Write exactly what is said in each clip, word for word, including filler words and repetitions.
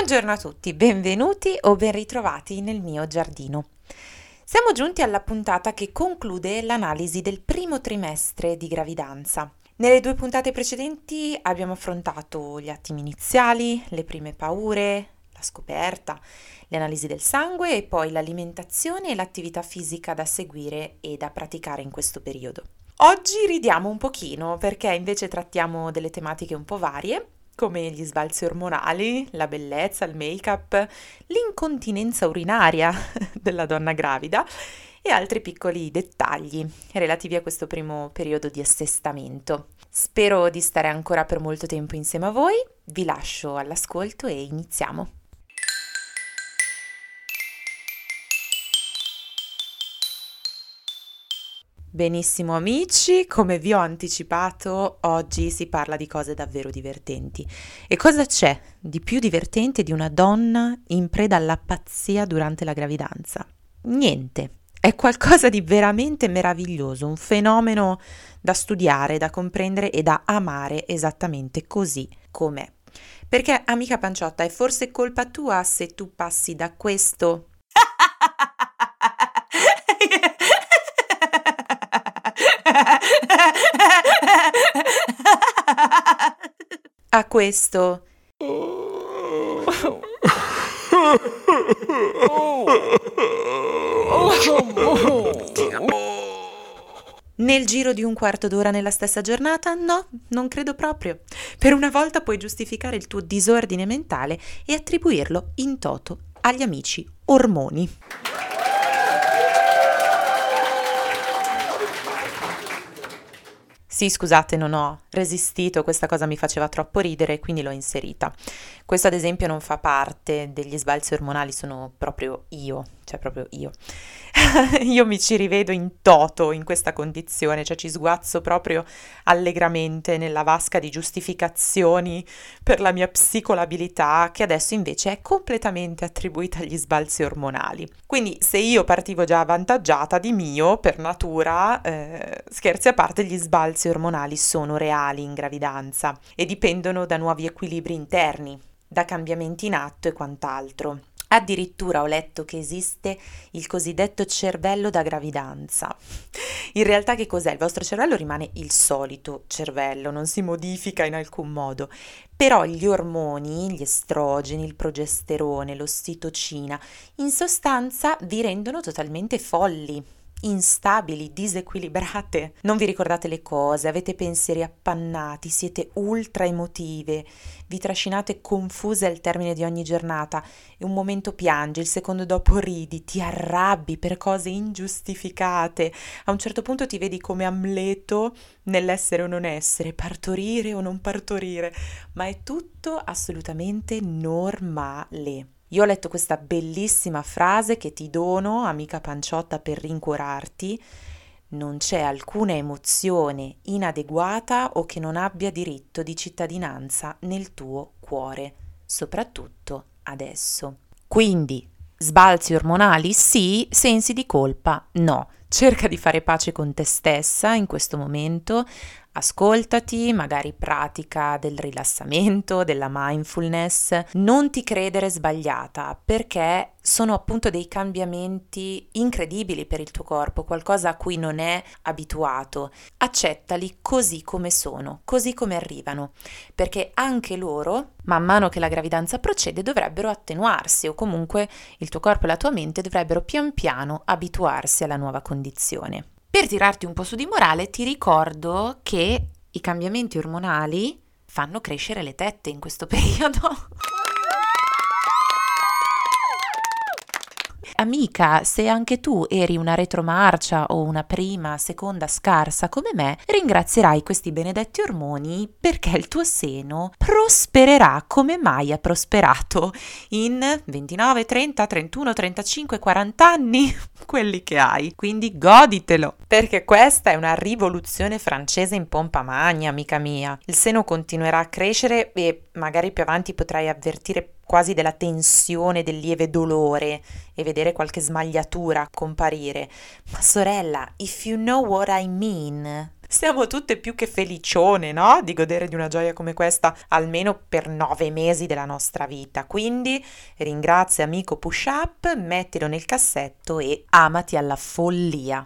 Buongiorno a tutti, benvenuti o ben ritrovati nel mio giardino. Siamo giunti alla puntata che conclude l'analisi del primo trimestre di gravidanza. Nelle due puntate precedenti abbiamo affrontato gli attimi iniziali, le prime paure, la scoperta, le analisi del sangue e poi l'alimentazione e l'attività fisica da seguire e da praticare in questo periodo. Oggi ridiamo un pochino perché invece trattiamo delle tematiche un po' varie, come gli sbalzi ormonali, la bellezza, il make-up, l'incontinenza urinaria della donna gravida e altri piccoli dettagli relativi a questo primo periodo di assestamento. Spero di stare ancora per molto tempo insieme a voi, vi lascio all'ascolto e iniziamo. Benissimo amici, come vi ho anticipato, oggi si parla di cose davvero divertenti. E cosa c'è di più divertente di una donna in preda alla pazzia durante la gravidanza? Niente, è qualcosa di veramente meraviglioso, un fenomeno da studiare, da comprendere e da amare esattamente così com'è. Perché, amica panciotta, è forse colpa tua se tu passi da questo a questo nel giro di un quarto d'ora nella stessa giornata? No, non credo proprio. Per una volta puoi giustificare il tuo disordine mentale e attribuirlo in toto agli amici ormoni. Sì, scusate, non ho resistito, questa cosa mi faceva troppo ridere, quindi l'ho inserita. Questo ad esempio non fa parte degli sbalzi ormonali, sono proprio io, cioè proprio io. Io mi ci rivedo in toto in questa condizione, cioè ci sguazzo proprio allegramente nella vasca di giustificazioni per la mia psicolabilità, che adesso invece è completamente attribuita agli sbalzi ormonali. Quindi se io partivo già avvantaggiata di mio, per natura, eh, scherzi a parte, gli sbalzi ormonali sono reali in gravidanza e dipendono da nuovi equilibri interni, da cambiamenti in atto e quant'altro. Addirittura ho letto che esiste il cosiddetto cervello da gravidanza. In realtà che cos'è? Il vostro cervello rimane il solito cervello, non si modifica in alcun modo, però gli ormoni, gli estrogeni, il progesterone, l'ossitocina, in sostanza vi rendono totalmente folli, instabili, disequilibrate. Non vi ricordate le cose, avete pensieri appannati, siete ultra emotive, vi trascinate confuse al termine di ogni giornata e un momento piangi, il secondo dopo ridi, ti arrabbi per cose ingiustificate. A un certo punto ti vedi come Amleto nell'essere o non essere, partorire o non partorire, ma è tutto assolutamente normale. Io ho letto questa bellissima frase che ti dono, amica panciotta, per rincuorarti: non c'è alcuna emozione inadeguata o che non abbia diritto di cittadinanza nel tuo cuore, soprattutto adesso. Quindi, sbalzi ormonali sì, sensi di colpa no. Cerca di fare pace con te stessa in questo momento, ascoltati, magari pratica del rilassamento, della mindfulness, non ti credere sbagliata perché sono appunto dei cambiamenti incredibili per il tuo corpo, qualcosa a cui non è abituato. Accettali così come sono, così come arrivano, perché anche loro, man mano che la gravidanza procede, dovrebbero attenuarsi o comunque il tuo corpo e la tua mente dovrebbero pian piano abituarsi alla nuova condizione. Per tirarti un po' su di morale, ti ricordo che i cambiamenti ormonali fanno crescere le tette in questo periodo. Amica, se anche tu eri una retromarcia o una prima, seconda scarsa come me, ringrazierai questi benedetti ormoni perché il tuo seno prospererà come mai ha prosperato in ventinove, trenta, trentuno, trentacinque, quaranta anni, quelli che hai. Quindi goditelo, perché questa è una rivoluzione francese in pompa magna, amica mia. Il seno continuerà a crescere e magari più avanti potrai avvertire quasi della tensione, del lieve dolore e vedere qualche smagliatura comparire. Ma sorella, if you know what I mean, Siamo tutte più che felicione, no? Di godere di una gioia come questa almeno per nove mesi della nostra vita. Quindi ringrazia amico Push Up, mettilo nel cassetto e amati alla follia.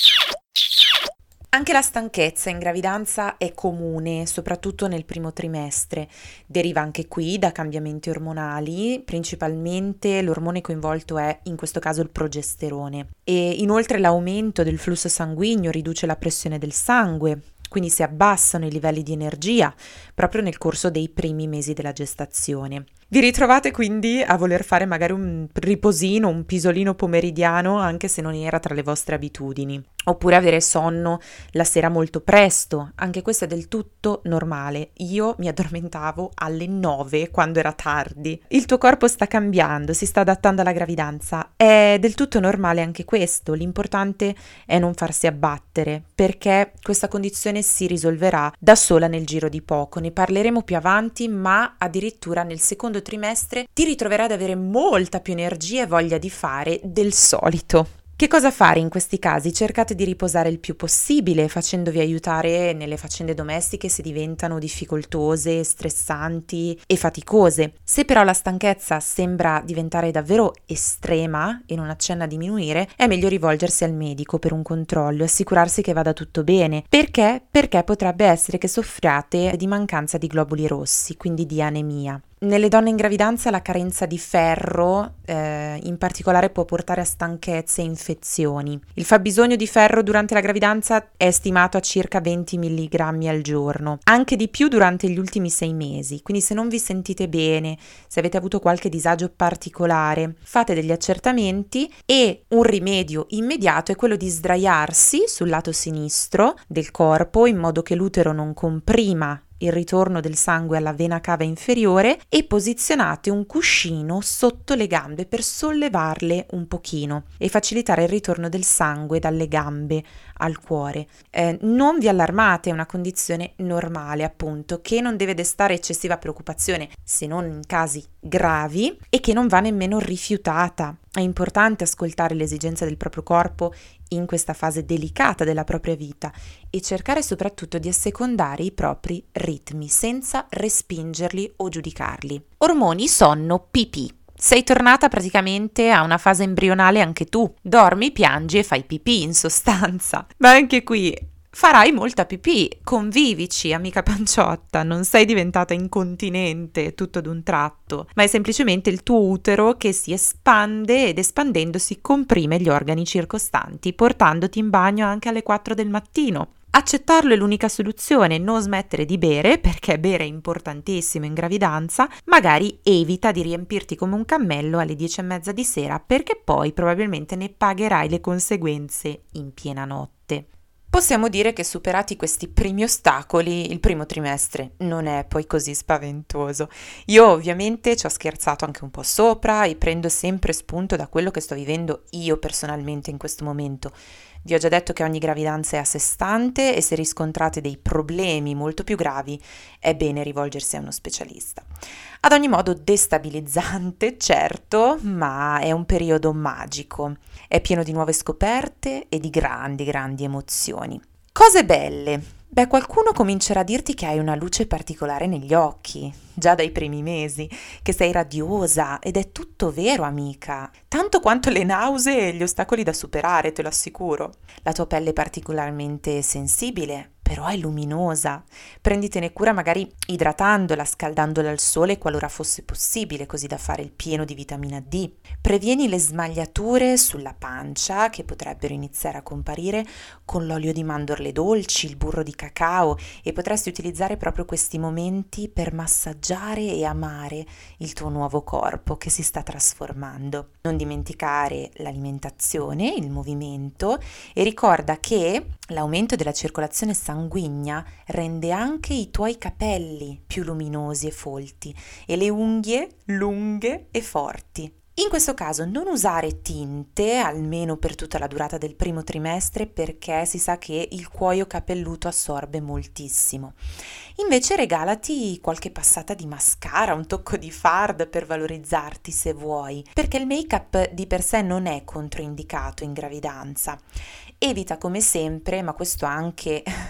Anche la stanchezza in gravidanza è comune, soprattutto nel primo trimestre. Deriva anche qui da cambiamenti ormonali, principalmente l'ormone coinvolto è in questo caso il progesterone. E inoltre l'aumento del flusso sanguigno riduce la pressione del sangue, quindi si abbassano i livelli di energia proprio nel corso dei primi mesi della gestazione. Vi ritrovate quindi a voler fare magari un riposino, un pisolino pomeridiano, anche se non era tra le vostre abitudini. Oppure avere sonno la sera molto presto, anche questo è del tutto normale. Io mi addormentavo alle nove quando era tardi. Il tuo corpo sta cambiando, si sta adattando alla gravidanza, è del tutto normale anche questo. L'importante è non farsi abbattere, perché questa condizione si risolverà da sola nel giro di poco. Ne parleremo più avanti, ma addirittura nel secondo trimestre ti ritroverai ad avere molta più energia e voglia di fare del solito. Che cosa fare in questi casi? Cercate di riposare il più possibile, facendovi aiutare nelle faccende domestiche se diventano difficoltose, stressanti e faticose. Se però la stanchezza sembra diventare davvero estrema e non accenna a diminuire, è meglio rivolgersi al medico per un controllo e assicurarsi che vada tutto bene. Perché? Perché potrebbe essere che soffriate di mancanza di globuli rossi, quindi di anemia. Nelle donne in gravidanza la carenza di ferro eh, in particolare può portare a stanchezze e infezioni. Il fabbisogno di ferro durante la gravidanza è stimato a circa venti milligrammi al giorno, anche di più durante gli ultimi sei mesi. Quindi se non vi sentite bene, se avete avuto qualche disagio particolare, fate degli accertamenti e un rimedio immediato è quello di sdraiarsi sul lato sinistro del corpo in modo che l'utero non comprima il ritorno del sangue alla vena cava inferiore e posizionate un cuscino sotto le gambe per sollevarle un pochino e facilitare il ritorno del sangue dalle gambe al cuore. Eh, non vi allarmate, è una condizione normale appunto che non deve destare eccessiva preoccupazione se non in casi gravi e che non va nemmeno rifiutata. È importante ascoltare l'esigenza del proprio corpo in questa fase delicata della propria vita e cercare soprattutto di assecondare i propri ritmi senza respingerli o giudicarli. Ormoni, sonno, pipì. Sei tornata praticamente a una fase embrionale anche tu. Dormi, piangi e fai pipì in sostanza. Ma anche qui farai molta pipì, convivici, amica panciotta, non sei diventata incontinente tutto d'un tratto, ma è semplicemente il tuo utero che si espande ed espandendosi comprime gli organi circostanti, portandoti in bagno anche alle quattro del mattino. Accettarlo è l'unica soluzione, non smettere di bere, perché bere è importantissimo in gravidanza, magari evita di riempirti come un cammello alle dieci e mezza di sera, perché poi probabilmente ne pagherai le conseguenze in piena notte. Possiamo dire che superati questi primi ostacoli, il primo trimestre non è poi così spaventoso. Io ovviamente ci ho scherzato anche un po' sopra e prendo sempre spunto da quello che sto vivendo io personalmente in questo momento. Vi ho già detto che ogni gravidanza è a sé stante e se riscontrate dei problemi molto più gravi è bene rivolgersi a uno specialista. Ad ogni modo destabilizzante, certo, ma è un periodo magico. È pieno di nuove scoperte e di grandi, grandi emozioni. Cose belle. Beh, qualcuno comincerà a dirti che hai una luce particolare negli occhi, già dai primi mesi, che sei radiosa ed è tutto vero, amica. Tanto quanto le nausee e gli ostacoli da superare, te lo assicuro. La tua pelle è particolarmente sensibile, però è luminosa. Prenditene cura magari idratandola, scaldandola al sole qualora fosse possibile, così da fare il pieno di vitamina D. Previeni le smagliature sulla pancia che potrebbero iniziare a comparire con l'olio di mandorle dolci, il burro di cacao e potresti utilizzare proprio questi momenti per massaggiare e amare il tuo nuovo corpo che si sta trasformando. Non dimenticare l'alimentazione, il movimento e ricorda che l'aumento della circolazione sanguigna rende anche i tuoi capelli più luminosi e folti e le unghie lunghe e forti. In questo caso non usare tinte, almeno per tutta la durata del primo trimestre, perché si sa che il cuoio capelluto assorbe moltissimo. Invece regalati qualche passata di mascara, un tocco di fard per valorizzarti se vuoi, perché il make-up di per sé non è controindicato in gravidanza. Evita come sempre, ma questo anche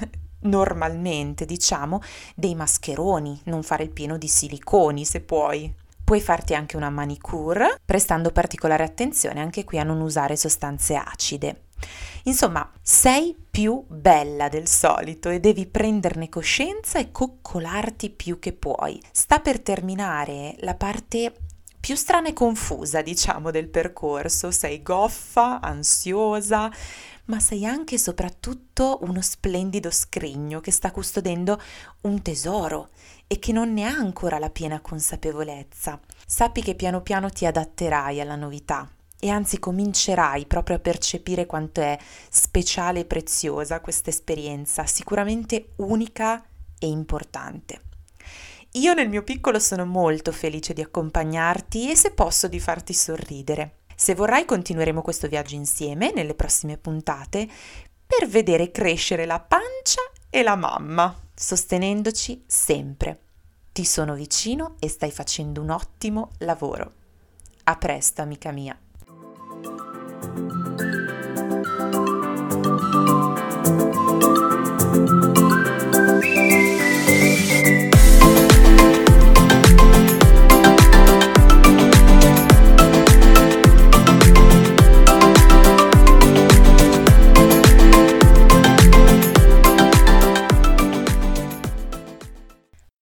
normalmente, diciamo, dei mascheroni, non fare il pieno di siliconi se puoi. Puoi farti anche una manicure, prestando particolare attenzione anche qui a non usare sostanze acide. Insomma, sei più bella del solito e devi prenderne coscienza e coccolarti più che puoi. Sta per terminare la parte più strana e confusa, diciamo, del percorso. Sei goffa, ansiosa, ma sei anche e soprattutto uno splendido scrigno che sta custodendo un tesoro e che non ne ha ancora la piena consapevolezza. Sappi che piano piano ti adatterai alla novità e anzi comincerai proprio a percepire quanto è speciale e preziosa questa esperienza, sicuramente unica e importante. Io nel mio piccolo sono molto felice di accompagnarti e se posso di farti sorridere. Se vorrai continueremo questo viaggio insieme nelle prossime puntate per vedere crescere la pancia e la mamma, sostenendoci sempre. Ti sono vicino e stai facendo un ottimo lavoro. A presto, amica mia.